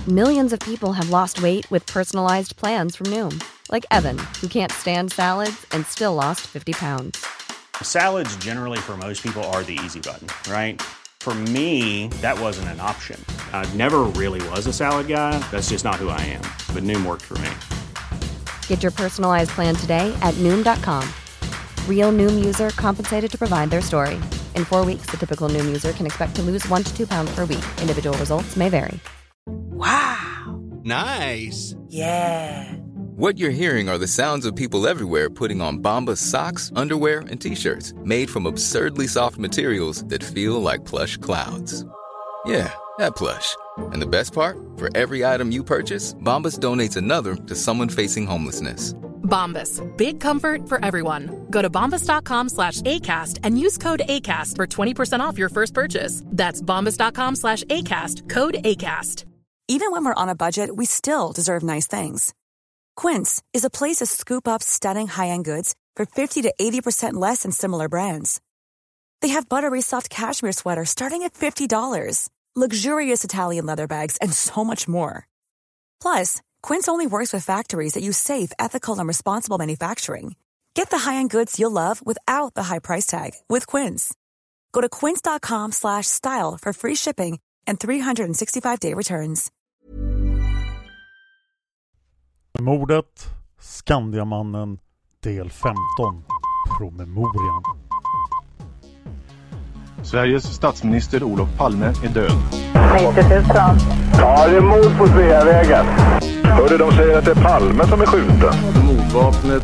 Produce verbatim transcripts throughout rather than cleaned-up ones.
Millions of people have lost weight with personalized plans from Noom. Like Evan, who can't stand salads and still lost fifty pounds. Salads generally for most people are the easy button, right? For me, that wasn't an option. I never really was a salad guy. That's just not who I am. But Noom worked for me. Get your personalized plan today at Noom dot com. Real Noom user compensated to provide their story. In four weeks, the typical Noom user can expect to lose one to two pounds per week. Individual results may vary. Wow. Nice. Yeah. What you're hearing are the sounds of people everywhere putting on Bombas socks, underwear, and T-shirts made from absurdly soft materials that feel like plush clouds. Yeah, that plush. And the best part? For every item you purchase, Bombas donates another to someone facing homelessness. Bombas, big comfort for everyone. Go to bombas.com slash ACAST and use code ACAST for twenty percent off your first purchase. That's bombas.com slash ACAST, code ACAST. Even when we're on a budget, we still deserve nice things. Quince is a place to scoop up stunning high-end goods for fifty to eighty percent less than similar brands. They have buttery soft cashmere sweaters starting at fifty dollars, luxurious Italian leather bags, and so much more. Plus, Quince only works with factories that use safe, ethical, and responsible manufacturing. Get the high-end goods you'll love without the high price tag with Quince. Go to quince.com slash style for free shipping and three sixty-five day returns. Mordet, Skandiamannen, del femton, promemorian. Sveriges statsminister Olof Palme är död. nittio tusen. Ja, det är mord på Sveavägen. Hörde de säger att det är Palme som är skjuten. Mordvapnet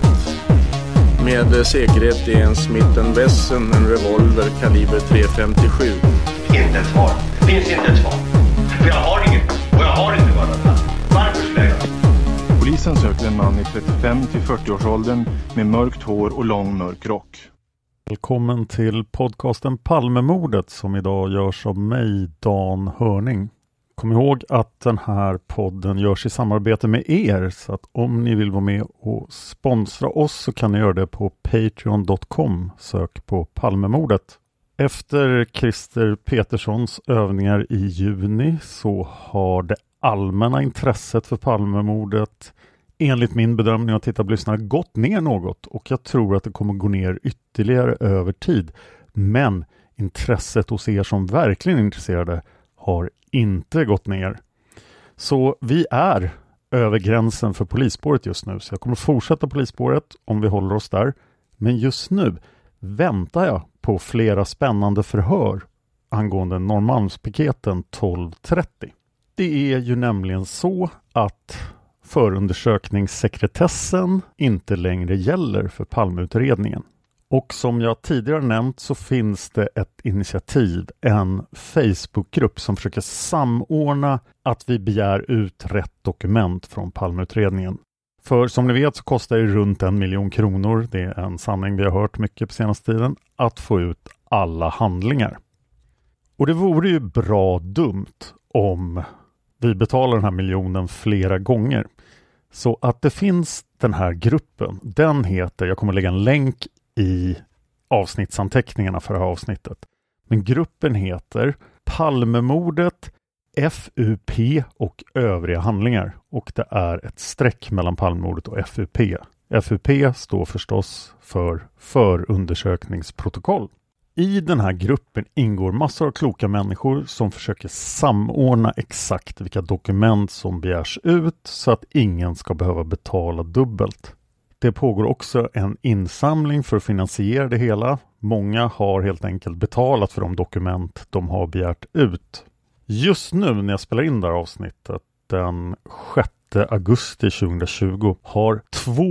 med säkerhet är en Smith and Wesson, en revolver kaliber tre femtiosju. Inte ett svar. Det finns inte ett svar. För jag har inget. Och jag har inte varit. Varför skulle jag? Polisen söker en man i trettiofem till fyrtio-årsåldern med mörkt hår och lång mörk rock. Välkommen till podcasten Palmemordet som idag görs av mig, Dan Hörning. Kom ihåg att den här podden görs i samarbete med er, så att om ni vill vara med och sponsra oss så kan ni göra det på patreon dot com. Sök på Palmemordet. Efter Christer Peterssons övningar i juni så har det allmänna intresset för Palmemordet enligt min bedömning att titta på lyssnare gått ner något, och jag tror att det kommer gå ner ytterligare över tid. Men intresset hos er som verkligen är intresserade har inte gått ner. Så vi är över gränsen för polisspåret just nu, så jag kommer fortsätta polisspåret om vi håller oss där. Men just nu väntar jag på flera spännande förhör angående Norrmalmspiketen tolv trettio. Det är ju nämligen så att förundersökningssekretessen inte längre gäller för Palmeutredningen. Och som jag tidigare nämnt så finns det ett initiativ, en Facebookgrupp som försöker samordna att vi begär ut rätt dokument från Palmeutredningen. För som ni vet så kostar det runt en miljon kronor, det är en sanning vi har hört mycket på senaste tiden, att få ut alla handlingar. Och det vore ju bra dumt om vi betalar den här miljonen flera gånger. Så att det finns den här gruppen, den heter, jag kommer lägga en länk i avsnittsanteckningarna för det här avsnittet. Men gruppen heter Palmemordet, F U P och övriga handlingar. Och det är ett streck mellan Palmemordet och F U P. F U P står förstås för förundersökningsprotokoll. I den här gruppen ingår massor av kloka människor som försöker samordna exakt vilka dokument som begärs ut så att ingen ska behöva betala dubbelt. Det pågår också en insamling för att finansiera det hela. Många har helt enkelt betalat för de dokument de har begärt ut. Just nu när jag spelar in det här avsnittet den sjätte augusti tjugohundratjugo har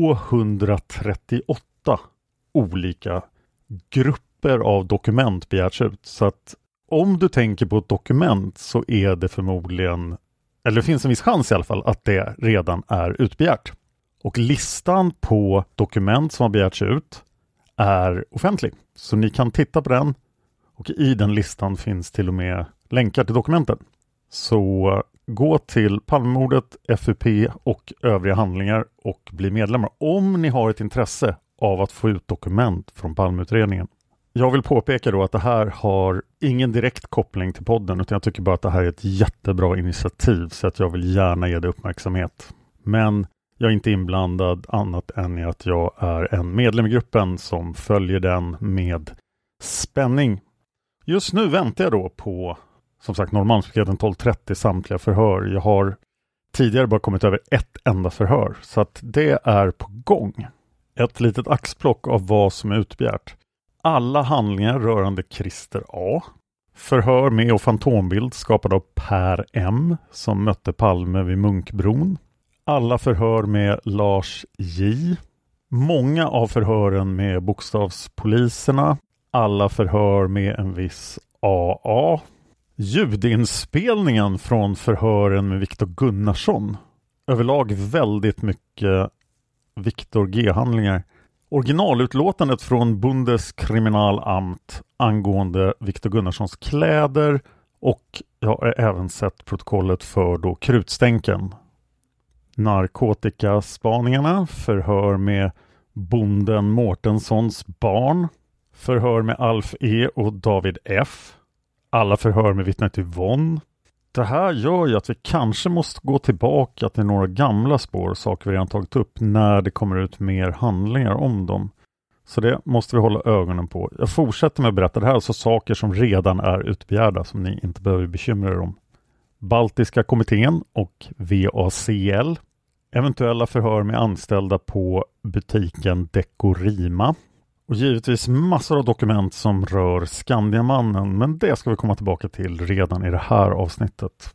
tvåhundratrettioåtta olika grupper av dokument begärts ut. Så att om du tänker på ett dokument så är det förmodligen, eller det finns en viss chans i alla fall, att det redan är utbegärt. Och listan på dokument som har begärts ut är offentlig. Så ni kan titta på den, och i den listan finns till och med länkar till dokumenten. Så gå till Palmemordet, F U P och övriga handlingar och bli medlemmar om ni har ett intresse av att få ut dokument från Palmeutredningen. Jag vill påpeka då att det här har ingen direkt koppling till podden, utan jag tycker bara att det här är ett jättebra initiativ, så att jag vill gärna ge det uppmärksamhet. Men jag är inte inblandad annat än i att jag är en medlem i gruppen som följer den med spänning. Just nu väntar jag då på, som sagt, Norrmalmspiketen tolv trettio samtliga förhör. Jag har tidigare bara kommit över ett enda förhör, så att det är på gång. Ett litet axplock av vad som är utbegärt. Alla handlingar rörande Christer A. Förhör med och fantombild skapad av Per M. som mötte Palme vid Munkbron. Alla förhör med Lars J. Många av förhören med bokstavspoliserna. Alla förhör med en viss A A. Ljudinspelningen från förhören med Viktor Gunnarsson. Överlag väldigt mycket Viktor G-handlingar. Originalutlåtandet från Bundeskriminalamt angående Viktor Gunnarssons kläder, och jag har även sett protokollet för då krutstänken. Narkotikaspaningarna, förhör med bonden Mårtenssons barn, förhör med Alf E och David F. Alla förhör med vittnet Yvonne. Det här gör ju att vi kanske måste gå tillbaka till några gamla spår och saker vi redan tagit upp när det kommer ut mer handlingar om dem. Så det måste vi hålla ögonen på. Jag fortsätter med att berätta. Det här är alltså saker som redan är utbegärda som ni inte behöver bekymra er om. Baltiska kommittén och V A C L. Eventuella förhör med anställda på butiken Dekorima. Och givetvis massor av dokument som rör Skandiamannen, men det ska vi komma tillbaka till redan i det här avsnittet.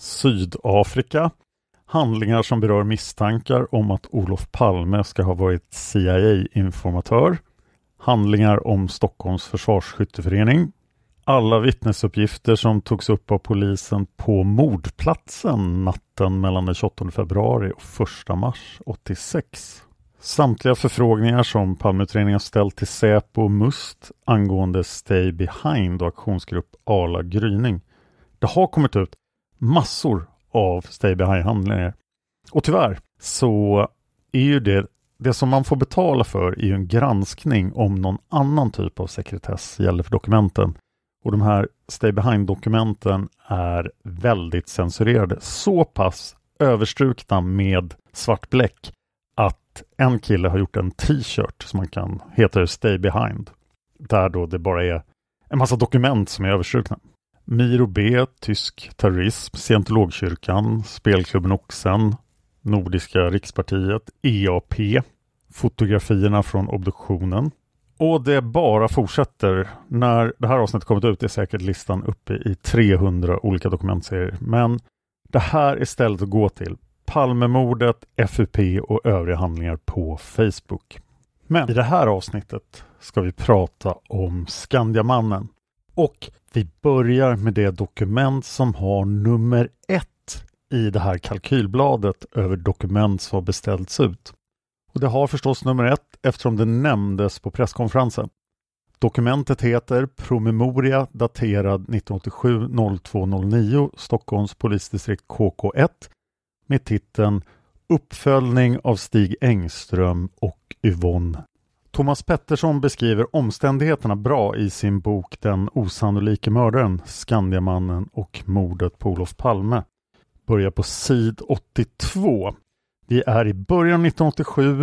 Sydafrika. Handlingar som berör misstankar om att Olof Palme ska ha varit C I A-informatör. Handlingar om Stockholms försvarsskytteförening. Alla vittnesuppgifter som togs upp av polisen på mordplatsen natten mellan den tjugoåttonde februari och första mars åttiosex. Samtliga förfrågningar som Palmeutredningen ställt till Säpo och Must angående Stay Behind och aktionsgrupp Arla Gryning. Det har kommit ut massor av Stay Behind-handlingar. Och tyvärr så är ju det, det som man får betala för är ju en granskning om någon annan typ av sekretess gäller för dokumenten. Och de här Stay Behind-dokumenten är väldigt censurerade. Så pass överstrukna med svart bläck att en kille har gjort en t-shirt som man kan heta Stay Behind. Där då det bara är en massa dokument som är överstrukna. Miro B, tysk terrorism, Scientologkyrkan, spelklubben Oxen, Nordiska rikspartiet, E A P, fotografierna från obduktionen. Och det bara fortsätter. När det här avsnittet kommit ut är säkert listan uppe i trehundra olika dokumentserier. Men det här är stället att gå till. Palmemordet, F U P och övriga handlingar på Facebook. Men i det här avsnittet ska vi prata om Skandiamannen. Och vi börjar med det dokument som har nummer ett i det här kalkylbladet över dokument som har beställts ut. Och det har förstås nummer ett eftersom det nämndes på presskonferensen. Dokumentet heter Promemoria daterad nittonhundraåttiosju noll två noll nio Stockholms polisdistrikt K K ett med titeln Uppföljning av Stig Engström och Yvonne. Thomas Pettersson beskriver omständigheterna bra i sin bok Den osannolike mördaren, Skandiamannen och mordet på Olof Palme. Börjar på sid åttiotvå. Vi är i början nittonhundraåttiosju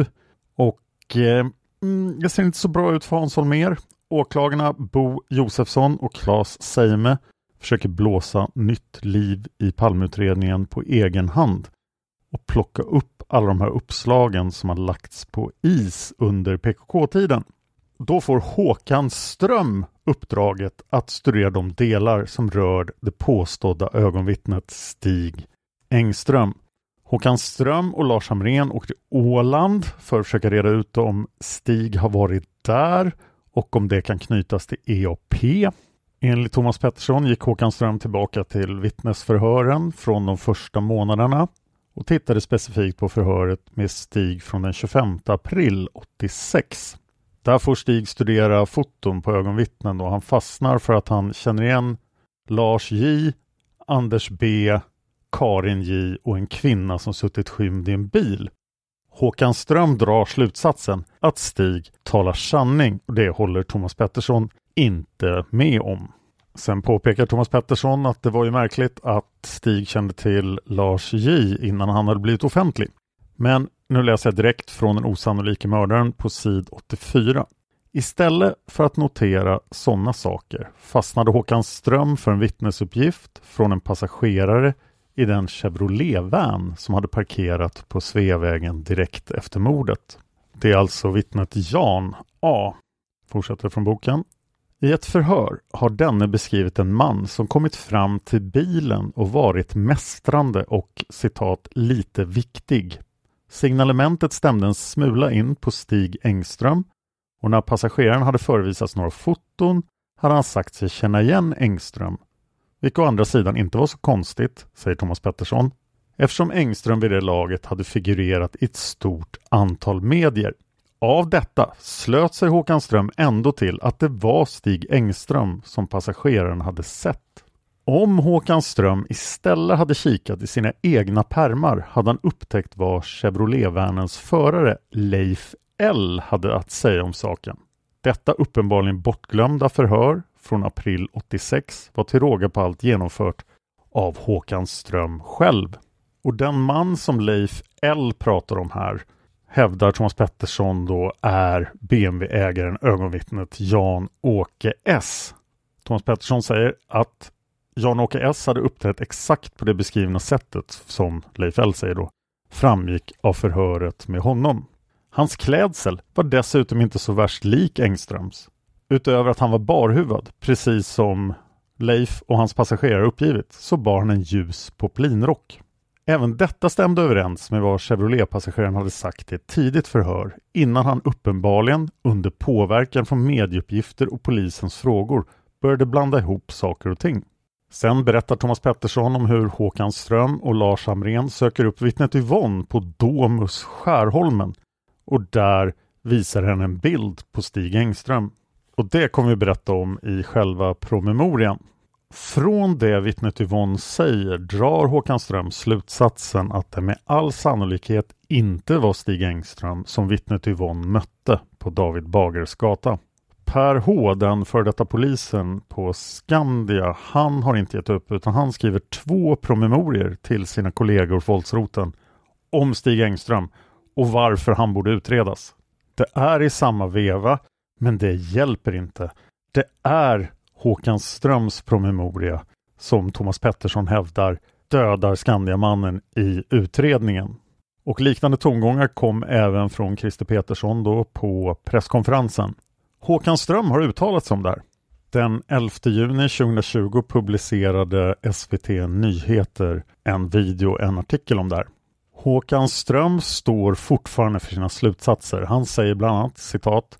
och eh, det ser inte så bra ut för Hans Holmér. Åklagarna Bo Josefsson och Claes Seime försöker blåsa nytt liv i Palmeutredningen på egen hand och plocka upp alla de här uppslagen som har lagts på is under P K K-tiden. Då får Håkan Ström uppdraget att studera de delar som rör det påstådda ögonvittnet Stig Engström. Håkan Ström och Lars Hamrén åkte till Åland för att försöka reda ut om Stig har varit där och om det kan knytas till E A P. Enligt Thomas Pettersson gick Håkan Ström tillbaka till vittnesförhören från de första månaderna och tittade specifikt på förhöret med Stig från den tjugofemte april åttiosex. Där får Stig studera foton på ögonvittnen och han fastnar för att han känner igen Lars J, Anders B, Karin J och en kvinna som suttit skymd i en bil. Håkan Ström drar slutsatsen att Stig talar sanning och det håller Thomas Pettersson inte med om. Sen påpekar Thomas Pettersson att det var ju märkligt att Stig kände till Lars J innan han hade blivit offentlig. Men nu läser jag direkt från Den osannolike mördaren på sid åttiofyra. Istället för att notera sådana saker fastnade Håkan Ström för en vittnesuppgift från en passagerare i den Chevrolet-van som hade parkerat på Sveavägen direkt efter mordet. Det är alltså vittnet Jan A. Fortsätter från boken. I ett förhör har denne beskrivit en man som kommit fram till bilen och varit mästrande och, citat, lite viktig. Signalementet stämde en smula in på Stig Engström och när passageraren hade förevisats några foton hade han sagt sig känna igen Engström. Vilket å andra sidan inte var så konstigt, säger Thomas Pettersson, eftersom Engström vid det laget hade figurerat i ett stort antal medier. Av detta slöt sig Håkan Ström ändå till att det var Stig Engström som passageraren hade sett. Om Håkan Ström istället hade kikat i sina egna pärmar hade han upptäckt vad Chevrolet-vänens förare Leif L hade att säga om saken. Detta uppenbarligen bortglömda förhör från april åttiosex var till råga på allt genomfört av Håkan Ström själv. Och den man som Leif L pratar om här hävdar Thomas Pettersson då är B M W-ägaren ögonvittnet Jan-Åke S. Thomas Pettersson säger att Jan-Åke S hade uppträtt exakt på det beskrivna sättet som Leif L säger då framgick av förhöret med honom. Hans klädsel var dessutom inte så värst lik Engströms. Utöver att han var barhuvad, precis som Leif och hans passagerare uppgivit, så bar han en ljus poplinrock. Även detta stämde överens med vad Chevrolet-passageraren hade sagt i ett tidigt förhör innan han uppenbarligen under påverkan från medieuppgifter och polisens frågor började blanda ihop saker och ting. Sen berättar Thomas Pettersson om hur Håkan Ström och Lars Hamrén söker upp vittnet Yvonne på Domus Skärholmen och där visar henne en bild på Stig Engström. Och det kommer vi berätta om i själva promemorian. Från det vittnet Yvonne säger drar Håkan Ström slutsatsen att det med all sannolikhet inte var Stig Engström som vittnet Yvonne mötte på David Bagers gata. Per H, den för detta polisen på Skandia, han har inte gett upp utan han skriver två promemorier till sina kollegor våldsroten om Stig Engström och varför han borde utredas. Det är i samma veva, men det hjälper inte. Det är Håkan Ströms promemoria som Thomas Pettersson hävdar dödar Skandiamannen i utredningen. Och liknande tongångar kom även från Christer Petersson då på presskonferensen. Håkan Ström har uttalat sig om det här. Den elfte juni tjugohundratjugo publicerade S V T Nyheter en video, en artikel om det här. Håkan Ström står fortfarande för sina slutsatser. Han säger bland annat, citat: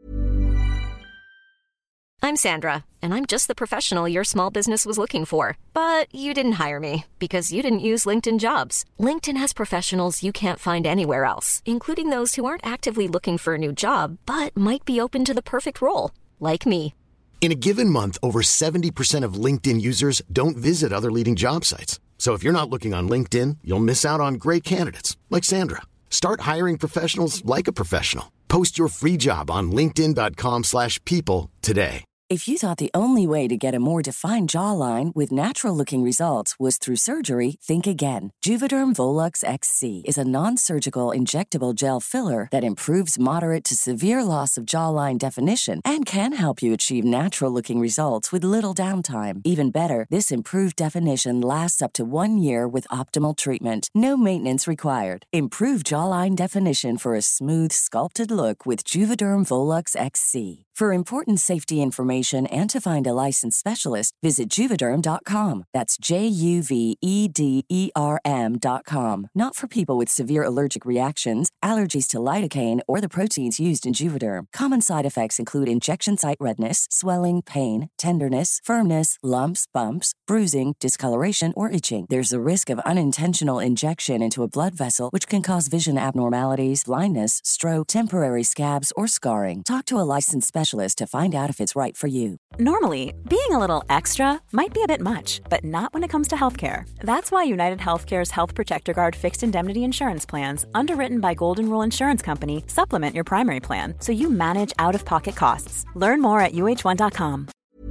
I'm Sandra, and I'm just the professional your small business was looking for. But you didn't hire me because you didn't use LinkedIn Jobs. LinkedIn has professionals you can't find anywhere else, including those who aren't actively looking for a new job, but might be open to the perfect role, like me. In a given month, over seventy percent of LinkedIn users don't visit other leading job sites. So if you're not looking on LinkedIn, you'll miss out on great candidates like Sandra. Start hiring professionals like a professional. Post your free job on linkedin dot com slash people today. If you thought the only way to get a more defined jawline with natural-looking results was through surgery, think again. Juvederm Volux X C is a non-surgical injectable gel filler that improves moderate to severe loss of jawline definition and can help you achieve natural-looking results with little downtime. Even better, this improved definition lasts up to one year with optimal treatment. No maintenance required. Improve jawline definition for a smooth, sculpted look with Juvederm Volux X C. For important safety information and to find a licensed specialist, visit Juvederm dot com. That's J U V E D E R M dot com. Not for people with severe allergic reactions, allergies to lidocaine, or the proteins used in Juvederm. Common side effects include injection site redness, swelling, pain, tenderness, firmness, lumps, bumps, bruising, discoloration, or itching. There's a risk of unintentional injection into a blood vessel, which can cause vision abnormalities, blindness, stroke, temporary scabs, or scarring. Talk to a licensed specialist specialist to find out if it's right for you. Normally, being a little extra might be a bit much, but not when it comes to healthcare. That's why United Healthcare's Health Protector Guard fixed indemnity insurance plans, underwritten by Golden Rule Insurance Company, supplement your primary plan so you manage out-of-pocket costs. Learn more at u h one dot com.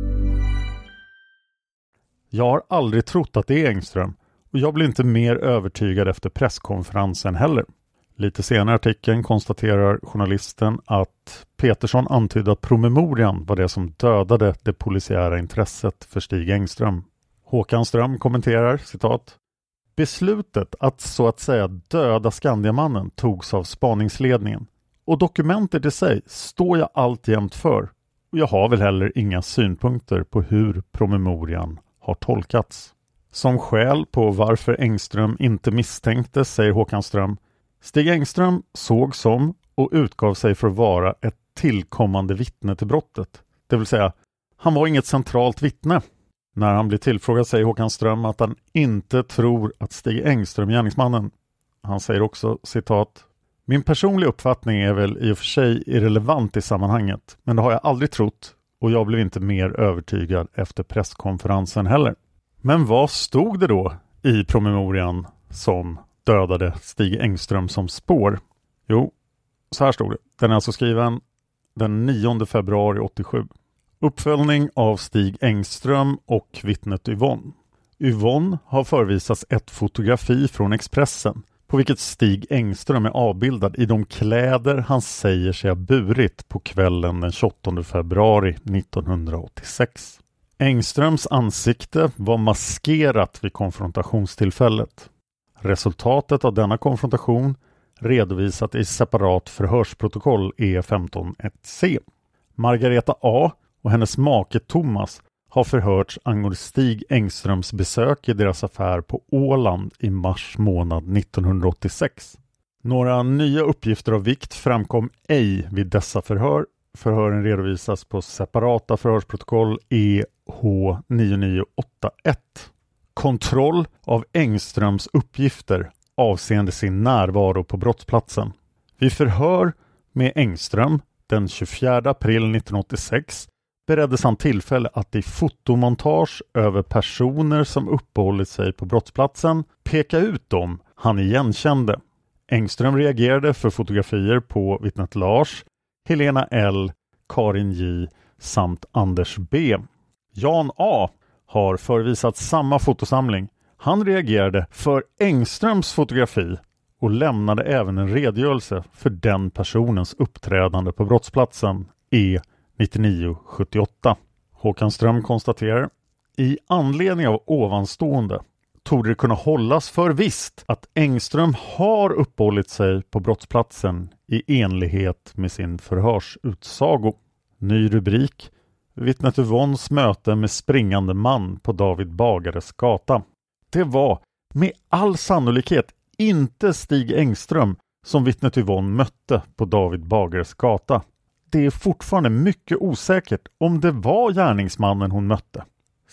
Jag har aldrig trott att det är Engström och jag blir inte mer övertygad efter presskonferensen heller. Lite senare i artikeln konstaterar journalisten att Petersson antydde att promemorian var det som dödade det polisiära intresset för Stig Engström. Håkan Ström kommenterar, citat: beslutet att så att säga döda Skandiamannen togs av spaningsledningen och dokumentet i sig står jag alltjämt för och jag har väl heller inga synpunkter på hur promemorian har tolkats. Som skäl på varför Engström inte misstänktes säger Håkan Ström: Stig Engström såg som och utgav sig för att vara ett tillkommande vittne till brottet. Det vill säga, han var inget centralt vittne. När han blir tillfrågad säger Håkan Ström att han inte tror att Stig Engström är gärningsmannen. Han säger också, citat: min personliga uppfattning är väl i och för sig irrelevant i sammanhanget, men det har jag aldrig trott och jag blev inte mer övertygad efter presskonferensen heller. Men vad stod det då i promemorian som dödade Stig Engström som spår? Jo, så här stod det. Den är alltså skriven den nionde februari åttiosju. Uppföljning av Stig Engström och vittnet Yvonne. Yvonne har förvisats ett fotografi från Expressen på vilket Stig Engström är avbildad i de kläder han säger sig ha burit på kvällen den tjugoåttonde februari nittonhundraåttiosex. Engströms ansikte var maskerat vid konfrontationstillfället. Resultatet av denna konfrontation redovisat i separat förhörsprotokoll E femton ett C. Margareta A och hennes make Thomas har förhörts angående Stig Engströms besök i deras affär på Åland i mars månad nittonhundraåttiosex. Några nya uppgifter av vikt framkom ej vid dessa förhör. Förhören redovisas på separata förhörsprotokoll E H nio nio åtta ett. Kontroll av Engströms uppgifter avseende sin närvaro på brottsplatsen. Vid förhör med Engström den tjugofjärde april nittonhundraåttiosex bereddes han tillfälle att i fotomontage över personer som uppehållit sig på brottsplatsen peka ut dem han igenkände. Engström reagerade för fotografier på vittnet Lars, Helena L, Karin J samt Anders B. Jan A har förvisat samma fotosamling. Han reagerade för Engströms fotografi och lämnade även en redogörelse för den personens uppträdande på brottsplatsen E nittionio sjuttioåtta. Håkan Ström konstaterar: i anledning av ovanstående torde det kunna hållas för visst att Engström har uppehållit sig på brottsplatsen i enlighet med sin förhörsutsago. Ny rubrik: vittnet Yvonnes möte med springande man på David Bagares gata. Det var med all sannolikhet inte Stig Engström som vittnet Yvonne mötte på David Bagares gata. Det är fortfarande mycket osäkert om det var gärningsmannen hon mötte.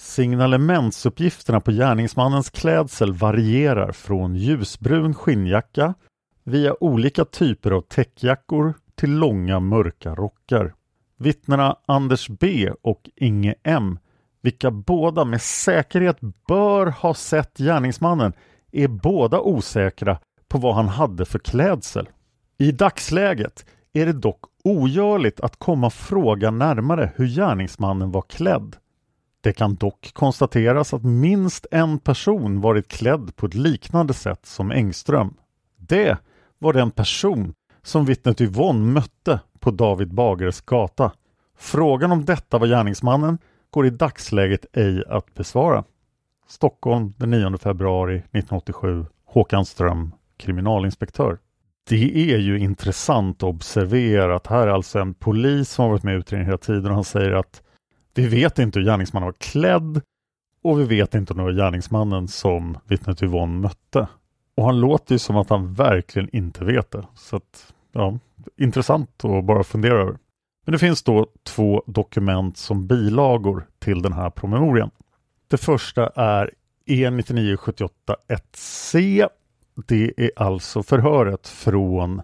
Signalementsuppgifterna på gärningsmannens klädsel varierar från ljusbrun skinnjacka via olika typer av täckjackor till långa mörka rockar. Vittnena Anders B och Inge M, vilka båda med säkerhet bör ha sett gärningsmannen, är båda osäkra på vad han hade för klädsel. I dagsläget är det dock ogörligt att komma fråga närmare hur gärningsmannen var klädd. Det kan dock konstateras att minst en person varit klädd på ett liknande sätt som Engström. Det var den person som vittnet Yvonne mötte på David Bagares gata. Frågan om detta var gärningsmannen går i dagsläget ej att besvara. Stockholm den nionde februari nittonhundraåttiosju. Håkan Ström, kriminalinspektör. Det är ju intressant att observera att här är alltså en polis som har varit med i utredningen hela tiden och han säger att vi vet inte hur gärningsmannen var klädd och vi vet inte om det var gärningsmannen som vittnet Yvonne mötte. Och han låter ju som att han verkligen inte vet det. Så att, ja, intressant att bara fundera över. Men det finns då två dokument som bilagor till den här promemorian. Det första är E nittionio sjuttioåtta ett C. Det är alltså förhöret från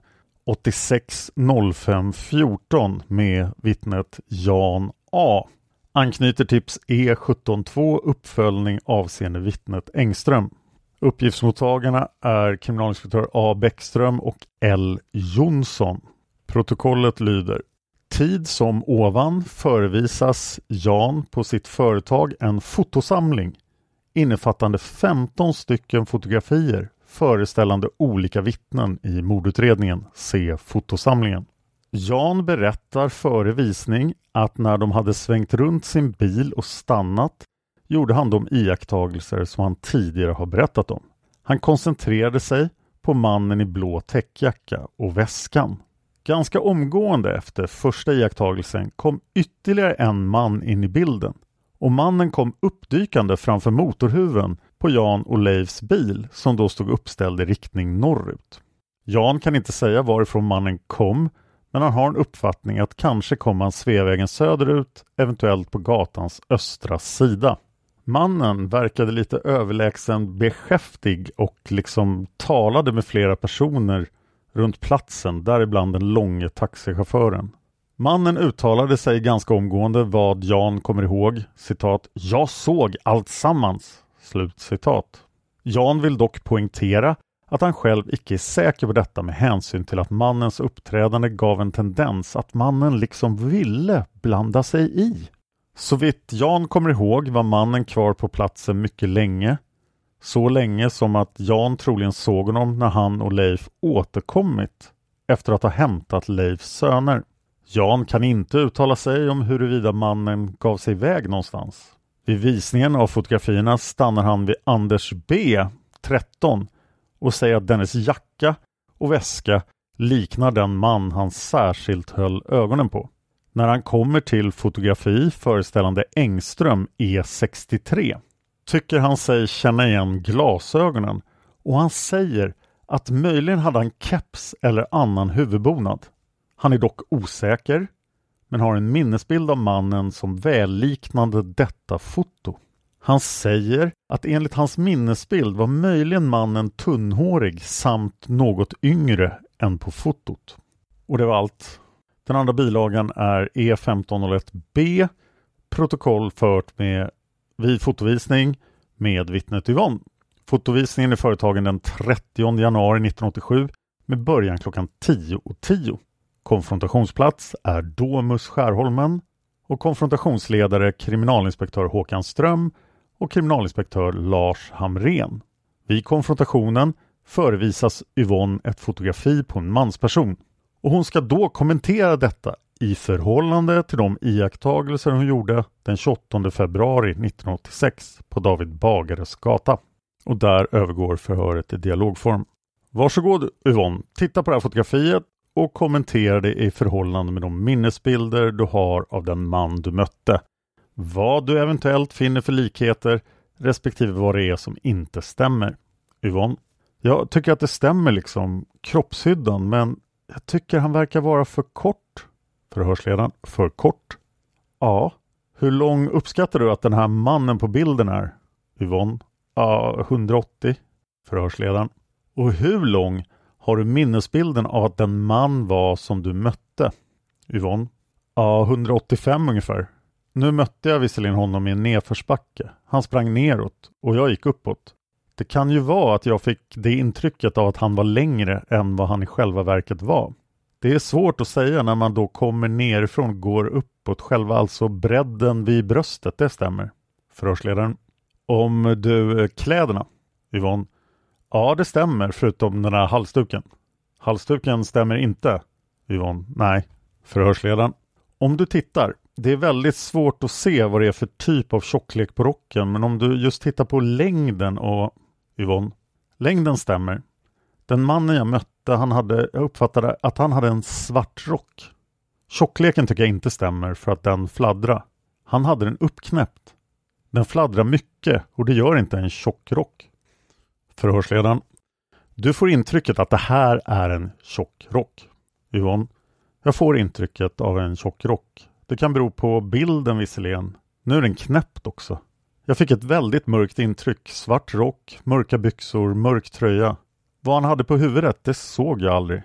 åttiosex fem fjorton med vittnet Jan A. Anknyter tips E sjutton två uppföljning avseende vittnet Engström. Uppgiftsmottagarna är kriminalinspektör A. Bäckström och L. Jonsson. Protokollet lyder: tid som ovan förevisas Jan på sitt företag en fotosamling innefattande femton stycken fotografier föreställande olika vittnen i mordutredningen. Se fotosamlingen. Jan berättar före visning att när de hade svängt runt sin bil och stannat gjorde han de iakttagelser som han tidigare har berättat om. Han koncentrerade sig på mannen i blå täckjacka och väskan. Ganska omgående efter första iakttagelsen kom ytterligare en man in i bilden. Och mannen kom uppdykande framför motorhuven på Jan och Leifs bil som då stod uppställd i riktning norrut. Jan kan inte säga varifrån mannen kom, men han har en uppfattning att kanske kom han Sveavägen söderut, eventuellt på gatans östra sida. Mannen verkade lite överlägsen beskäftig och liksom talade med flera personer runt platsen, däribland den långe taxichauffören. Mannen uttalade sig ganska omgående vad Jan kommer ihåg, citat, jag såg allt sammans, slut citat. Jan vill dock poängtera att han själv icke är säker på detta med hänsyn till att mannens uppträdande gav en tendens att mannen liksom ville blanda sig i. Så vitt Jan kommer ihåg var mannen kvar på platsen mycket länge. Så länge som att Jan troligen såg honom när han och Leif återkommit efter att ha hämtat Leifs söner. Jan kan inte uttala sig om huruvida mannen gav sig iväg någonstans. Vid visningen av fotografierna stannar han vid Anders B, tretton, och säger att dennes jacka och väska liknar den man han särskilt höll ögonen på. När han kommer till fotografi föreställande Engström E sextiotre tycker han sig känna igen glasögonen och han säger att möjligen hade han keps eller annan huvudbonad. Han är dock osäker men har en minnesbild av mannen som välliknande detta foto. Han säger att enligt hans minnesbild var möjligen mannen tunnhårig samt något yngre än på fotot. Och det var allt. Den andra bilagan är E femton noll ett B, protokoll fört med vid fotovisning med vittnet Yvonne. Fotovisningen är företagen den trettionde januari nittonhundraåttiosju med början klockan tio och tio. Konfrontationsplats är Domus Skärholmen och konfrontationsledare kriminalinspektör Håkan Ström och kriminalinspektör Lars Hamren. Vid konfrontationen förevisas Yvonne ett fotografi på en mansperson och hon ska då kommentera detta i förhållande till de iakttagelser hon gjorde den tjugoåttonde februari nittonhundraåttiosex på David Bagares gata. Och där övergår förhöret i dialogform. Varsågod Yvonne, titta på det här fotografiet och kommentera det i förhållande med de minnesbilder du har av den man du mötte. Vad du eventuellt finner för likheter respektive vad det är som inte stämmer. Yvonne, jag tycker att det stämmer liksom kroppshyddan, men jag tycker han verkar vara för kort. Förhörsledaren, för kort? Ja. Hur lång uppskattar du att den här mannen på bilden är? Yvonne, ja, hundraåttio. Förhörsledaren. Och hur lång har du minnesbilden av att den man var som du mötte? Yvonne, ja, hundraåttiofem ungefär. Nu mötte jag visserligen honom i en nedförsbacke. Han sprang neråt och jag gick uppåt. Det kan ju vara att jag fick det intrycket av att han var längre än vad han i själva verket var. Det är svårt att säga när man då kommer nerifrån och går uppåt. Själva alltså bredden vid bröstet, det stämmer. Förhörsledaren. Om du, kläderna. Yvonne. Ja, det stämmer förutom den här halsduken. Halsduken stämmer inte. Yvonne. Nej. Förhörsledaren. Om du tittar. Det är väldigt svårt att se vad det är för typ av tjocklek på rocken. Men om du just tittar på längden och... Yvonne. Längden stämmer. Den mannen jag mötte, han hade, jag uppfattade att han hade en svart rock. Tjockleken tycker jag inte stämmer för att den fladdrar. Han hade den uppknäppt. Den fladdrar mycket och det gör inte en tjock rock. Förhörsledaren. Du får intrycket att det här är en tjock rock. Yvonne. Jag får intrycket av en tjock rock. Det kan bero på bilden visserligen. Nu är den knäppt också. Jag fick ett väldigt mörkt intryck. Svart rock, mörka byxor, mörk tröja. Vad han hade på huvudet, det såg jag aldrig.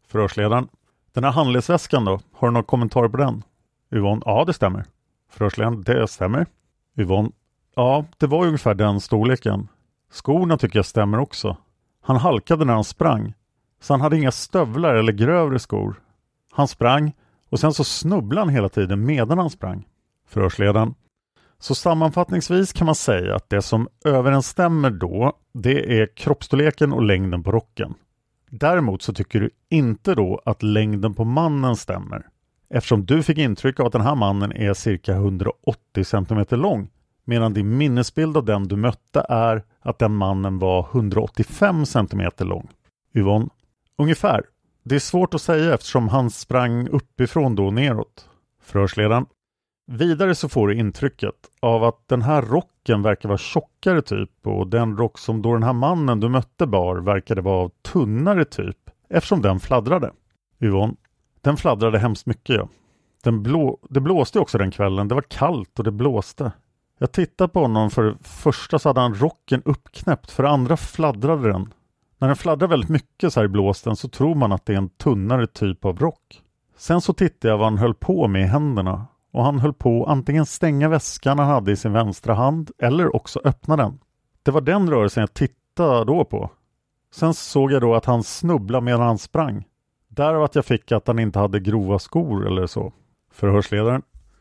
Förhörsledaren. Den här handledsväskan då, har du några kommentarer på den? Yvonne. Ja, det stämmer. Förhörsledaren. Det stämmer. Yvonne. Ja, det var ju ungefär den storleken. Skorna tycker jag stämmer också. Han halkade när han sprang. Så han hade inga stövlar eller grövre skor. Han sprang och sen så snubblade han hela tiden medan han sprang. Förhörsledaren. Så sammanfattningsvis kan man säga att det som överensstämmer då, det är kroppsstorleken och längden på rocken. Däremot så tycker du inte då att längden på mannen stämmer. Eftersom du fick intryck av att den här mannen är cirka hundraåttio centimeter lång. Medan din minnesbild av den du mötte är att den mannen var hundraåttiofem centimeter lång. Yvonne. Ungefär. Det är svårt att säga eftersom han sprang uppifrån då neråt. Förhörsledaren. Vidare så får du intrycket av att den här rocken verkar vara tjockare typ och den rock som då den här mannen du mötte bar verkade vara av tunnare typ eftersom den fladdrade. Yvonne. Den fladdrade hemskt mycket, ja. Den blå, det blåste också den kvällen. Det var kallt och det blåste. Jag tittade på honom. För det första så hade han rocken uppknäppt. För det andra fladdrade den. När den fladdrar väldigt mycket så här i blåsten så tror man att det är en tunnare typ av rock. Sen så tittade jag vad han höll på med i händerna. Och han höll på antingen stänga väskan han hade i sin vänstra hand eller också öppna den. Det var den rörelsen jag tittade då på. Sen såg jag då att han snubblade medan han sprang. Därav att jag fick att han inte hade grova skor eller så. Förhörsledaren.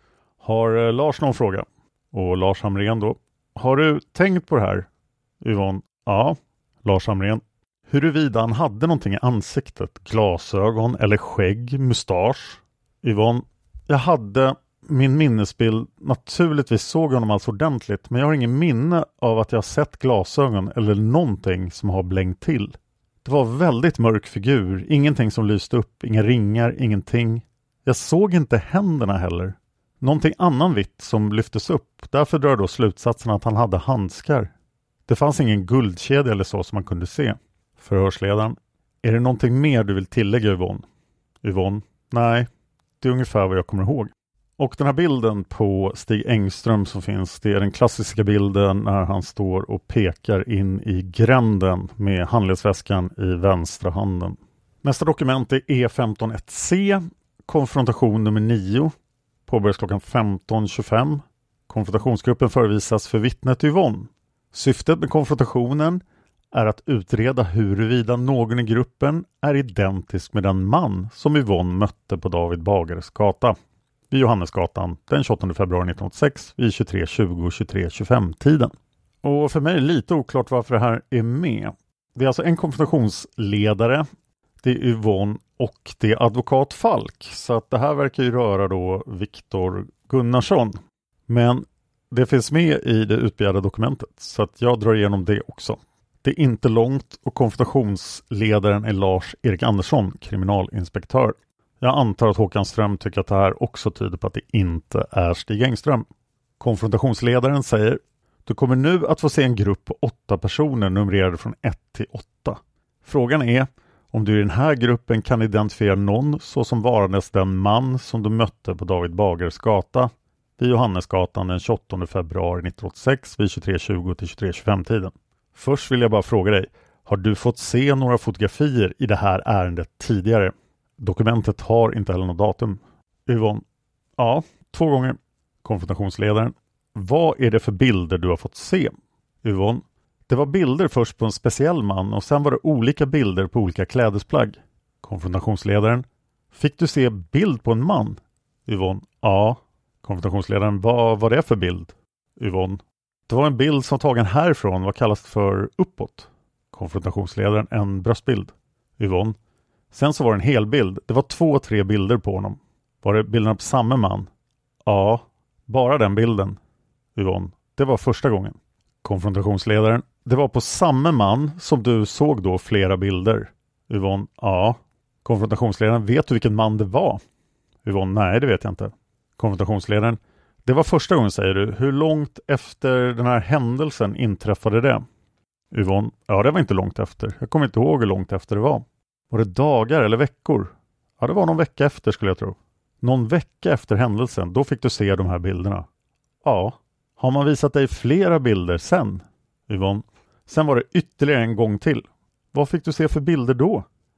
Har Lars någon fråga? Och Lars Hamrén då. Har du tänkt på det här? Yvonne. Ja. Lars Hamrén. Huruvida han hade någonting i ansiktet. Glasögon eller skägg, mustasch. Yvonne. Jag hade min minnesbild. Naturligtvis såg honom alltså ordentligt. Men jag har ingen minne av att jag sett glasögon eller någonting som har blängt till. Det var väldigt mörk figur. Ingenting som lyste upp. Inga ringar, ingenting. Jag såg inte händerna heller. Någonting annan vitt som lyftes upp. Därför drar då slutsatsen att han hade handskar. Det fanns ingen guldkedja eller så som man kunde se. Förhörsledaren. Är det någonting mer du vill tillägga, Yvonne? Yvonne. Nej, det är ungefär vad jag kommer ihåg. Och den här bilden på Stig Engström som finns, det är den klassiska bilden när han står och pekar in i gränden med handledsväskan i vänstra handen. Nästa dokument är E femton ett C, konfrontation nummer nio. Påbörjas klockan femton tjugofem. Konfrontationsgruppen förevisas för vittnet Yvonne. Syftet med konfrontationen är att utreda huruvida någon i gruppen är identisk med den man som Yvonne mötte på David Bagares gata. Vid Johannesgatan den tjugoåttonde februari nittonhundraåttiosex vid tjugotre tjugo tjugotre tjugofem tiden. Och för mig är det lite oklart varför det här är med. Det är alltså en konfrontationsledare, det är Yvonne och det är advokat Falk. Så att det här verkar ju röra då Viktor Gunnarsson. Men det finns med i det utbegärda dokumentet så att jag drar igenom det också. Det är inte långt och konfrontationsledaren är Lars-Erik Andersson, kriminalinspektör. Jag antar att Håkan Ström tycker att det här också tyder på att det inte är Stig Engström. Konfrontationsledaren säger: du kommer nu att få se en grupp på åtta personer numrerade från ett till åtta. Frågan är om du i den här gruppen kan identifiera någon så som varandes den man som du mötte på David Bagares gata vid Johannesgatan den tjugoåttonde februari nittonhundraåttiosex vid tjugotre tjugo till tjugotre tjugofem tiden. Först vill jag bara fråga dig, har du fått se några fotografier i det här ärendet tidigare? Dokumentet har inte heller något datum. Yvonne. Ja, två gånger. Konfrontationsledaren. Vad är det för bilder du har fått se? Yvonne. Det var bilder först på en speciell man och sen var det olika bilder på olika klädesplagg. Konfrontationsledaren. Fick du se bild på en man? Yvonne. Ja. Konfrontationsledaren. Vad var det för bild? Yvonne. Det var en bild som tagen härifrån. Vad kallas det för uppåt? Konfrontationsledaren. En bröstbild. Yvonne. Sen så var det en hel bild. Det var två, tre bilder på honom. Var det bilderna på samma man? Ja, bara den bilden. Yvonne. Det var första gången. Konfrontationsledaren. Det var på samma man som du såg då flera bilder. Yvonne. Ja. Konfrontationsledaren. Vet du vilken man det var? Yvonne. Nej, det vet jag inte. Konfrontationsledaren. Det var första gången, säger du. Hur långt efter den här händelsen inträffade det? Yvonne. Ja, det var inte långt efter. Jag kommer inte ihåg hur långt efter det var. Var det dagar eller veckor? Ja, det var någon vecka efter skulle jag tro. Någon vecka efter händelsen, då fick du se de här bilderna. Ja. Har man visat dig flera bilder sen? Yvonne. Sen var det ytterligare en gång till. Vad fick du se för bilder då?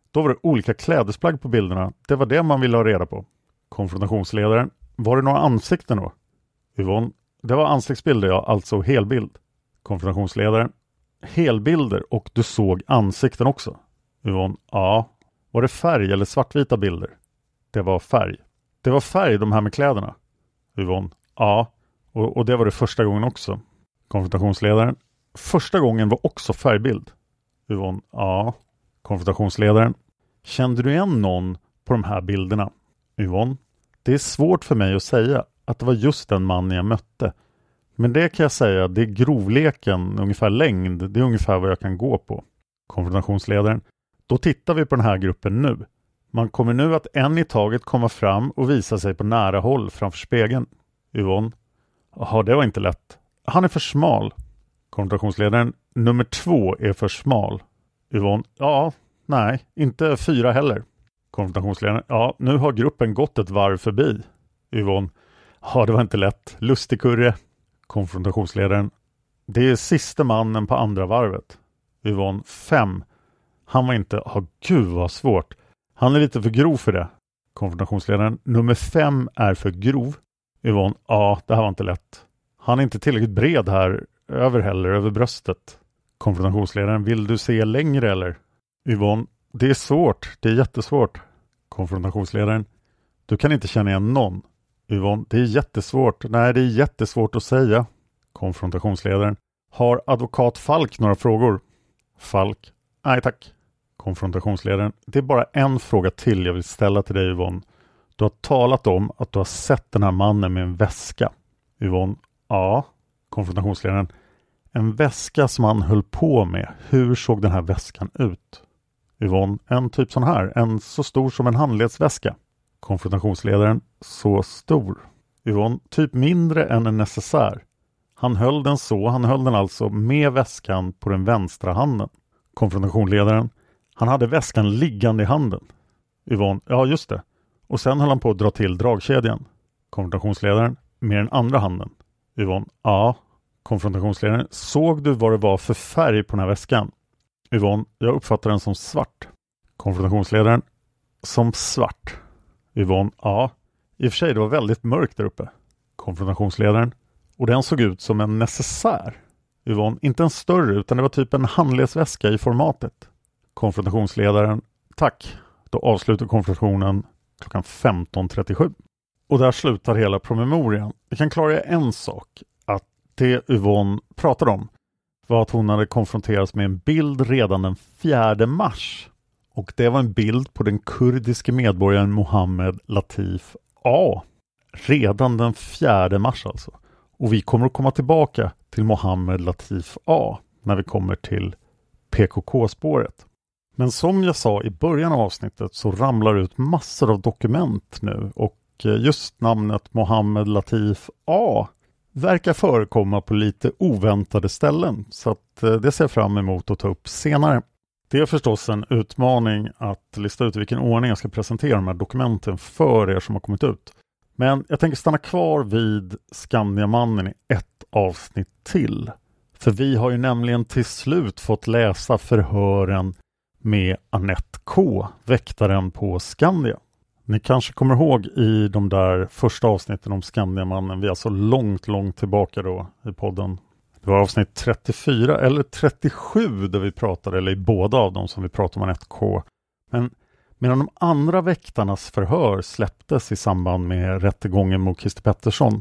Då var det olika klädesplagg på bilderna. Det var det man ville ha reda på. Konfrontationsledaren. Var det några ansikten då? Yvonne. Det var ansiktsbilder, ja. Alltså helbild. Konfrontationsledaren. Helbilder och du såg ansikten också. Yvonne. Ja. Var det färg eller svartvita bilder? Det var färg. Det var färg de här med kläderna. Yvonne. Ja. Och, och det var det första gången också. Konfrontationsledaren. Första gången var också färgbild. Yvonne. Ja. Konfrontationsledaren. Kände du igen någon på de här bilderna? Yvonne. Det är svårt för mig att säga att det var just den man jag mötte. Men det kan jag säga, det är grovleken, ungefär längd. Det är ungefär vad jag kan gå på. Konfrontationsledaren. Då tittar vi på den här gruppen nu. Man kommer nu att en i taget komma fram och visa sig på nära håll framför spegeln. Yvonne. Jaha, det var inte lätt. Han är för smal. Konfrontationsledaren. Nummer två är för smal. Yvonne. Ja, nej, inte fyra heller. Konfrontationsledaren. Ja, nu har gruppen gått ett varv förbi. Yvonne. Ja, det var inte lätt. Lustigkurre. Konfrontationsledaren. Det är sista mannen på andra varvet. Yvonne. Fem. Han var inte... Ja, gud vad svårt. Han är lite för grov för det. Konfrontationsledaren. Nummer fem är för grov. Yvonne. Ja, det här var inte lätt. Han är inte tillräckligt bred här över heller, över bröstet. Konfrontationsledaren. Vill du se längre eller? Yvonne. Det är svårt. Det är jättesvårt. Konfrontationsledaren. Du kan inte känna igen någon. Yvonne. Det är jättesvårt. Nej, det är jättesvårt att säga. Konfrontationsledaren. Har advokat Falk några frågor? Falk. Nej tack. Konfrontationsledaren. Det är bara en fråga till jag vill ställa till dig, Yvonne. Du har talat om att du har sett den här mannen med en väska. Yvonne. Ja. Konfrontationsledaren. En väska som han höll på med. Hur såg den här väskan ut? Yvonne. En typ sån här. En så stor som en handledsväska. Konfrontationsledaren. Så stor. Yvonne. Typ mindre än en necessär. Han höll den så. Han höll den alltså med väskan på den vänstra handen. Konfrontationsledaren. Han hade väskan liggande i handen. Yvonne. Ja, just det. Och sen höll han på att dra till dragkedjan. Konfrontationsledaren. Med den andra handen. Yvonne. Ja. Konfrontationsledaren. Såg du vad det var för färg på den här väskan? Yvonne. Jag uppfattar den som svart. Konfrontationsledaren. Som svart. Yvonne. Ja. I och för sig det var väldigt mörkt där uppe. Konfrontationsledaren. Och den såg ut som en necessär. Yvonne. Inte en större utan det var typ en handledsväska i formatet. Konfrontationsledaren. Tack. Då avslutar konfrontationen klockan femton trettiosju. Och där slutar hela promemorian. Vi kan klara en sak. Att det Yvonne pratade om var att hon hade konfronterats med en bild redan den fjärde mars. Och det var en bild på den kurdiske medborgaren Mohammed Latif A. Redan den fjärde mars alltså. Och vi kommer att komma tillbaka till Mohammed Latif A. när vi kommer till P K K-spåret. Men som jag sa i början av avsnittet så ramlar det ut massor av dokument nu. Och just namnet Mohammed Latif A verkar förekomma på lite oväntade ställen. Så att det ser jag fram emot att ta upp senare. Det är förstås en utmaning att lista ut i vilken ordning jag ska presentera de här dokumenten för er som har kommit ut. Men jag tänker stanna kvar vid Skandiamannen i ett avsnitt till. För vi har ju nämligen till slut fått läsa förhören med Anette K, väktaren på Skandia. Ni kanske kommer ihåg i de där första avsnitten om Skandiamannen. Vi är alltså långt, långt tillbaka då i podden. Det var avsnitt trettiofyra eller trettiosju där vi pratade, eller i båda av dem som vi pratade om Anette K. Men medan de andra väktarnas förhör släpptes i samband med rättegången mot Christer Pettersson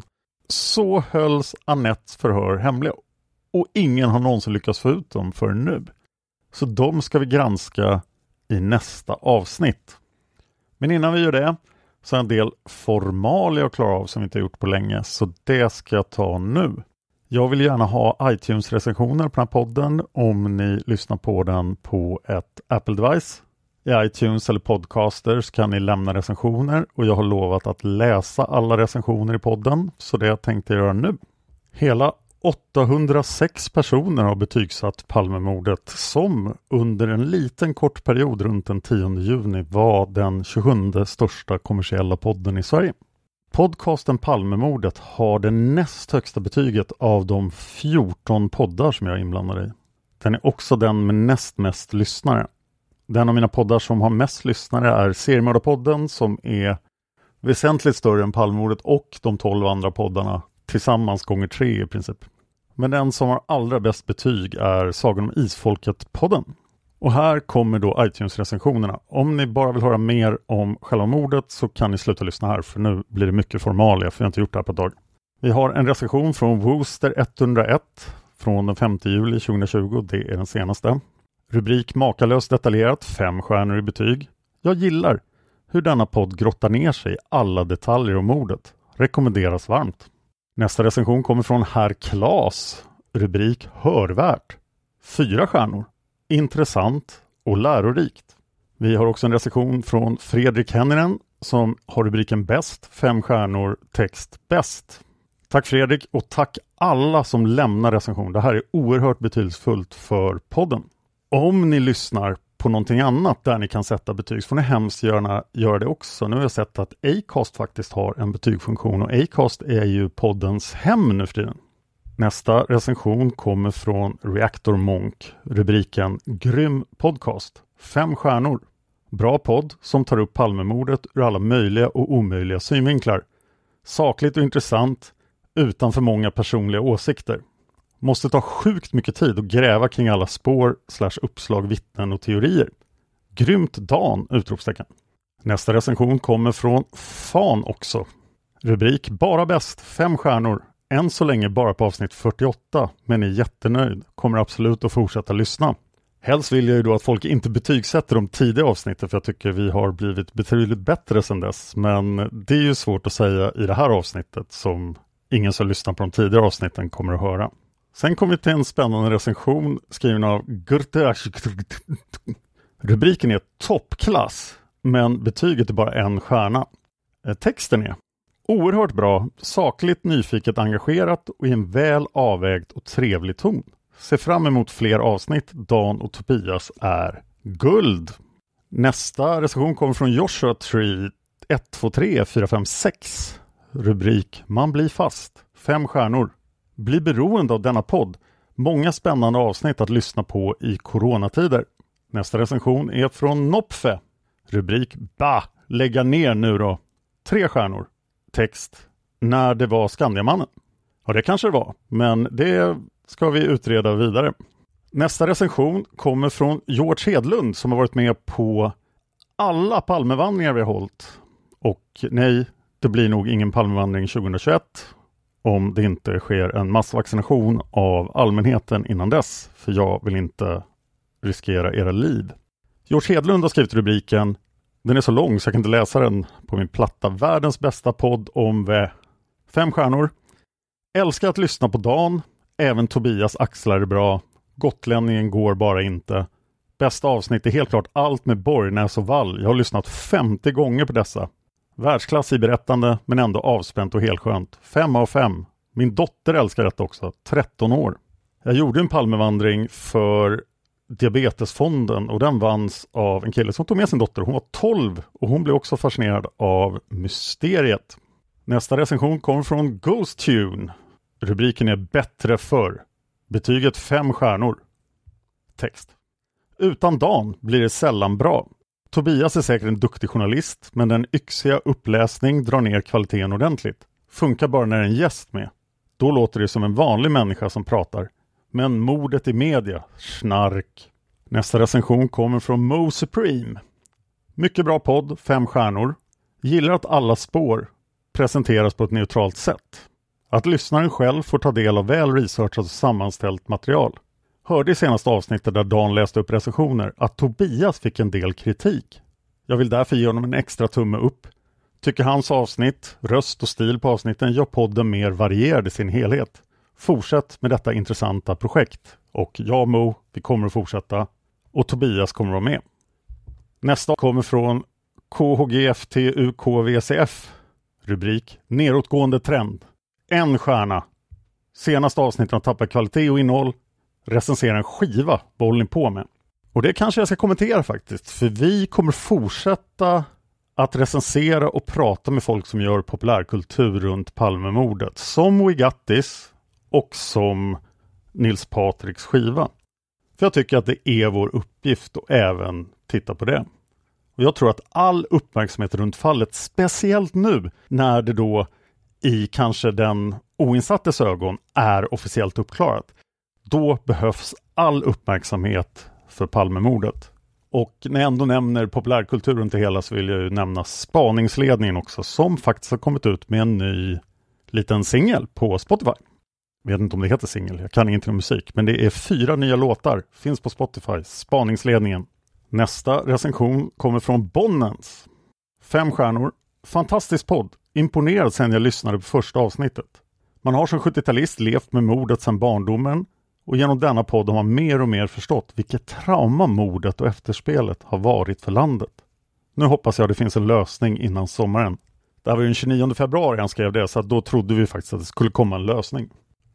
så hölls Anettes förhör hemliga. Och ingen har någonsin lyckats få ut dem för nu. Så de ska vi granska i nästa avsnitt. Men innan vi gör det så är en del formalia att klara av som vi inte har gjort på länge. Så det ska jag ta nu. Jag vill gärna ha iTunes-recensioner på den här podden om ni lyssnar på den på ett Apple-device. I iTunes eller Podcaster så kan ni lämna recensioner och jag har lovat att läsa alla recensioner i podden. Så det tänkte jag göra nu. Hela åttahundrasex personer har betygsatt Palmemordet som under en liten kort period runt den tionde juni var den tjugosjunde största kommersiella podden i Sverige. Podcasten Palmemordet har det näst högsta betyget av de fjorton poddar som jag är inblandad i. Den är också den med näst mest lyssnare. Den av mina poddar som har mest lyssnare är Seriemördarpodden, som är väsentligt större än Palmemordet och de tolv andra poddarna tillsammans gånger tre i princip. Men den som har allra bäst betyg är Sagan om Isfolket-podden. Och här kommer då iTunes-recensionerna. Om ni bara vill höra mer om själva mordet så kan ni sluta lyssna här, för nu blir det mycket formalia, för jag har inte gjort det här på ett tag. Vi har en recension från Wooster etthundraett från den femte juli tjugohundratjugo. Det är den senaste. Rubrik makalöst detaljerat, fem stjärnor i betyg. Jag gillar hur denna podd grottar ner sig i alla detaljer om mordet. Rekommenderas varmt. Nästa recension kommer från Herr Klas. Rubrik hörvärt. Fyra stjärnor. Intressant och lärorikt. Vi har också en recension från Fredrik Henninen som har rubriken bäst, fem stjärnor, text bäst. Tack Fredrik, och tack alla som lämnar recension. Det här är oerhört betydelsefullt för podden. Om ni lyssnar på någonting annat där ni kan sätta betyg så får ni hemskt gärna göra det också. Nu har jag sett att Acast faktiskt har en betygsfunktion, och Acast är ju poddens hem nu för tiden. Nästa recension kommer från Reactor Monk. Rubriken Grym podcast. Fem stjärnor. Bra podd som tar upp Palmemordet ur alla möjliga och omöjliga synvinklar. Sakligt och intressant utan för många personliga åsikter. Måste ta sjukt mycket tid att gräva kring alla spår slash uppslag, vittnen och teorier. Grymt Dan! Utropstecken. Nästa recension kommer från Fan också. Rubrik bara bäst. Fem stjärnor. Än så länge bara på avsnitt fyrtioåtta, men är jättenöjd. Kommer absolut att fortsätta lyssna. Helst vill jag ju då att folk inte betygsätter de tidiga avsnitten, för jag tycker vi har blivit betydligt bättre sedan dess. Men det är ju svårt att säga i det här avsnittet som ingen som lyssnar på de tidigare avsnitten kommer att höra. Sen kommer vi till en spännande recension skriven av Gurte. Rubriken är toppklass, men betyget är bara en stjärna. Texten är oerhört bra, sakligt, nyfiket, engagerat och i en väl avvägd och trevlig ton. Se fram emot fler avsnitt. Dan och Tobias är guld. Nästa recension kommer från Joshua Tree ett två tre fyra fem sex. Rubrik Man blir fast. Fem stjärnor. Bli beroende av denna podd. Många spännande avsnitt att lyssna på i coronatider. Nästa recension är från Nopfe. Rubrik Bah, lägga ner nu då. Tre stjärnor. Text När det var Skandiamannen. Ja, det kanske det var, men det ska vi utreda vidare. Nästa recension kommer från George Hedlund som har varit med på alla Palmevandringar vi har hållit. Och nej, det blir nog ingen Palmevandring tjugohundratjugoett om det inte sker en massvaccination av allmänheten innan dess. För jag vill inte riskera era liv. George Hedlund har skrivit rubriken. Den är så lång så jag kan inte läsa den på min platta. Världens bästa podd om vä. Fem stjärnor. Älskar att lyssna på Dan. Även Tobias axlar är bra. Gotlänningen går bara inte. Bästa avsnitt är helt klart allt med Borgnäs och Wall. Jag har lyssnat femtio gånger på dessa. Världsklass i berättande men ändå avspänt och helt skönt. Fem av fem. Min dotter älskar detta också. tretton år. Jag gjorde en Palmevandring för Diabetesfonden och den vanns av en kille som tog med sin dotter. Hon var tolv och hon blev också fascinerad av mysteriet. Nästa recension kommer från Ghost Tune. Rubriken är Bättre förr. Betyget fem stjärnor. Text. Utan Dan blir det sällan bra. Tobias är säkert en duktig journalist, men den yxiga uppläsning drar ner kvaliteten ordentligt. Funkar bara när en gäst med. Då låter det som en vanlig människa som pratar. Men mordet i media, snark. Nästa recension kommer från Mo Supreme. Mycket bra podd, fem stjärnor. Gillar att alla spår presenteras på ett neutralt sätt. Att lyssnaren själv får ta del av väl researchat och sammanställt material. Hörde i senaste avsnittet där Dan läste upp recensioner att Tobias fick en del kritik. Jag vill därför ge honom en extra tumme upp. Tycker hans avsnitt, röst och stil på avsnitten gör podden mer varierad i sin helhet. Fortsätt med detta intressanta projekt. Och jag Mo, vi kommer att fortsätta. Och Tobias kommer att vara med. Nästa kommer från K H G F T U K V C F. Rubrik Neråtgående trend. En stjärna. Senaste avsnitten har tappat kvalitet och innehåll. Recensera en skiva. Vad håller ni på med? Och det kanske jag ska kommentera faktiskt. För vi kommer fortsätta att recensera och prata med folk som gör populärkultur runt Palmemordet. Som Wigattis och som Nils Patricks skiva. För jag tycker att det är vår uppgift att även titta på det. Och jag tror att all uppmärksamhet runt fallet, speciellt nu när det då i kanske den oinsattes ögon är officiellt uppklarat, då behövs all uppmärksamhet för Palmemordet. Och när jag ändå nämner populärkulturen till hela så vill jag ju nämna spaningsledningen också, som faktiskt har kommit ut med en ny liten singel på Spotify. Jag vet inte om det heter singel, jag kan ingenting om musik, men det är fyra nya låtar, finns på Spotify, spaningsledningen. Nästa recension kommer från Bonnens. Fem stjärnor, fantastisk podd, imponerad sen jag lyssnade på första avsnittet. Man har som sjuttiotalist levt med mordet sedan barndomen och genom denna podd har man mer och mer förstått vilket trauma mordet och efterspelet har varit för landet. Nu hoppas jag det finns en lösning innan sommaren. Det här var ju den tjugonionde februari han skrev det, så att då trodde vi faktiskt att det skulle komma en lösning.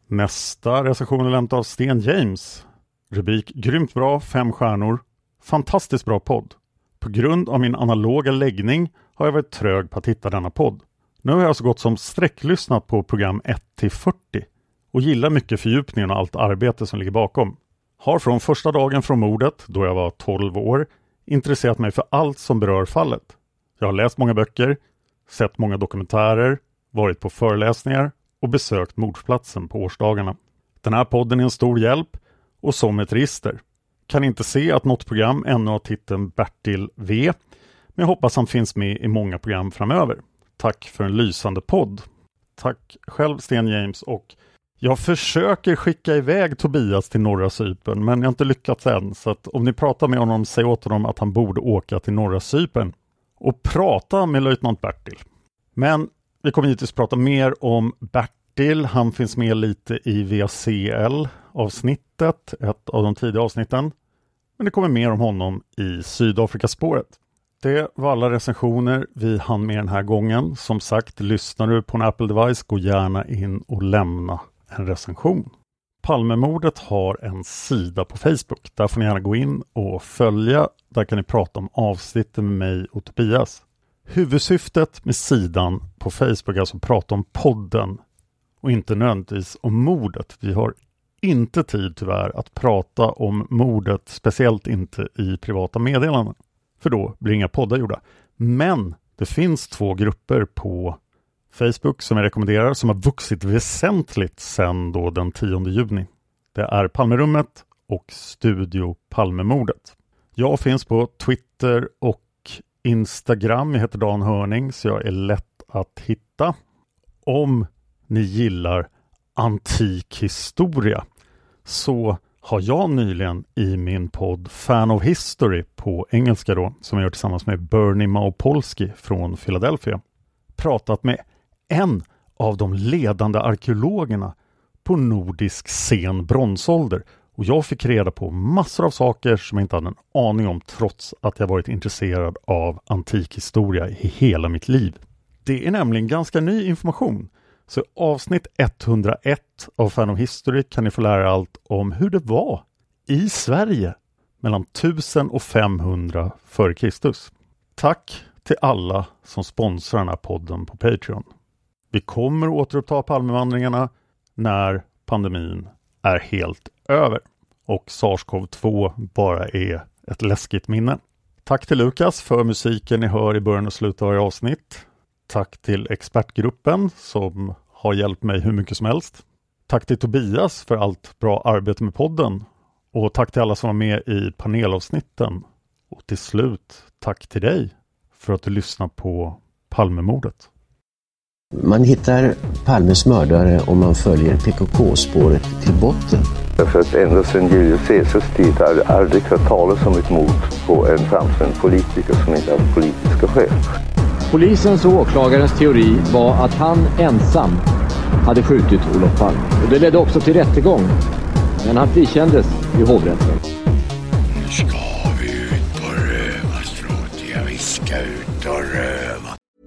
Nästa recension är lämnad av Sten James. Rubrik: grymt bra, fem stjärnor. Fantastiskt bra podd. På grund av min analoga läggning har jag varit trög på att hitta denna podd. Nu har jag så gott som sträcklyssnat på program ett till fyrtio och gillar mycket fördjupningen och allt arbete som ligger bakom. Har från första dagen från mordet, då jag var tolv år, intresserat mig för allt som berör fallet. Jag har läst många böcker, sett många dokumentärer, varit på föreläsningar och besökt mordsplatsen på årsdagarna. Den här podden är en stor hjälp och som ett register. Kan inte se att något program ännu har titeln Bertil V, men jag hoppas han finns med i många program framöver. Tack för en lysande podd. Tack själv Sten James, och jag försöker skicka iväg Tobias till norra Cypern, men jag har inte lyckats än, så att om ni pratar med honom, säg åt honom att han borde åka till norra Cypern och prata med löjtnant Bertil. Men vi kommer givetvis prata mer om Bertil. Han finns med lite i V C L-avsnittet, ett av de tidiga avsnitten. Men det kommer mer om honom i Sydafrikaspåret. Det var alla recensioner vi hann med den här gången. Som sagt, lyssnar du på en Apple device, gå gärna in och lämna en recension. Palmemordet har en sida på Facebook. Där får ni gärna gå in och följa. Där kan ni prata om avsnitten med mig och Tobias. Huvudsyftet med sidan på Facebook är alltså att prata om podden och inte nödvändigtvis om mordet. Vi har inte tid tyvärr att prata om mordet, speciellt inte i privata meddelanden. För då blir inga poddar gjorda. Men det finns två grupper på Facebook som jag rekommenderar som har vuxit väsentligt sedan då den tionde juni. Det är Palmerummet och Studio Palmemordet. Jag finns på Twitter och Instagram. Jag heter Dan Hörning, så jag är lätt att hitta. Om ni gillar antik historia så har jag nyligen i min podd Fan of History på engelska då, som jag gör tillsammans med Bernie Małopolski från Philadelphia, pratat med en av de ledande arkeologerna på nordisk sen bronsålder. Och jag fick reda på massor av saker som jag inte hade en aning om, trots att jag varit intresserad av antik historia i hela mitt liv. Det är nämligen ganska ny information. Så i avsnitt etthundraett av Fan of History kan ni få lära allt om hur det var i Sverige mellan tusen och femhundra före Kristus. Tack till alla som sponsrar den här podden på Patreon. Vi kommer att återuppta Palmevandringarna när pandemin är helt över och SARS-CoV två bara är ett läskigt minne. Tack till Lukas för musiken ni hör i början och slutet av varje avsnitt. Tack till expertgruppen som har hjälpt mig hur mycket som helst. Tack till Tobias för allt bra arbete med podden. Och tack till alla som var med i panelavsnitten. Och till slut, tack till dig för att du lyssnar på Palmemordet. Man hittar Palmes mördare om man följer P K K-spåret till botten. Därför att ända sedan Julius Caesars tid har det aldrig hört talas om ett mord på en framstående politiker som inte hade politiska skäl. Polisens och åklagarens teori var att han ensam hade skjutit Olof Palme. Och det ledde också till rättegång. Men han frikändes i hovrätten. Nu ska vi ut på rövarstråt. Ja, vi ska ut och röva.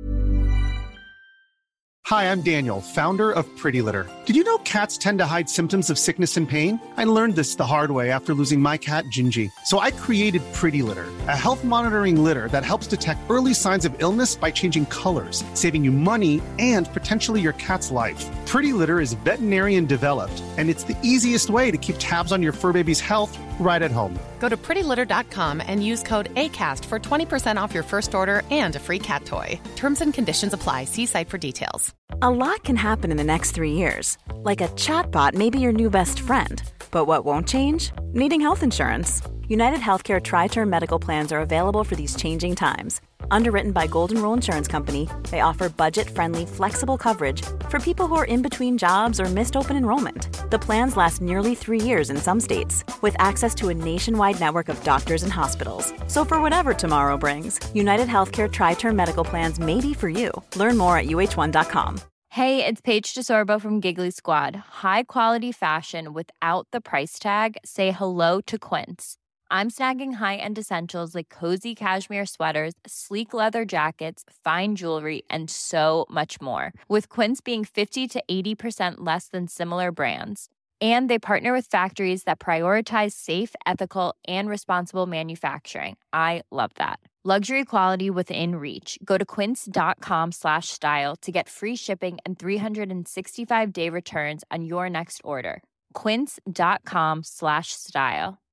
Hi, I'm Daniel, founder of Pretty Litter. Did you know cats tend to hide symptoms of sickness and pain? I learned this the hard way after losing my cat, Gingy. So I created Pretty Litter, a health monitoring litter that helps detect early signs of illness by changing colors, saving you money and potentially your cat's life. Pretty Litter is veterinarian developed, and it's the easiest way to keep tabs on your fur baby's health right at home. Go to pretty litter dot com and use code ACAST for twenty percent off your first order and a free cat toy. Terms and conditions apply. See site for details. A lot can happen in the next three years. Like a chatbot may be your new best friend. But what won't change? Needing health insurance. United Healthcare Tri-Term Medical Plans are available for these changing times. Underwritten by Golden Rule Insurance Company, they offer budget-friendly, flexible coverage for people who are in between jobs or missed open enrollment. The plans last nearly three years in some states, with access to a nationwide network of doctors and hospitals. So for whatever tomorrow brings, United Healthcare Tri-Term Medical Plans may be for you. Learn more at U H one dot com. Hey, it's Paige DeSorbo from Giggly Squad. High quality fashion without the price tag. Say hello to Quince. I'm snagging high-end essentials like cozy cashmere sweaters, sleek leather jackets, fine jewelry, and so much more. With Quince being fifty to eighty percent less than similar brands. And they partner with factories that prioritize safe, ethical, and responsible manufacturing. I love that. Luxury quality within reach. Go to quince.com slash style to get free shipping and three sixty-five day returns on your next order. Quince.com slash style.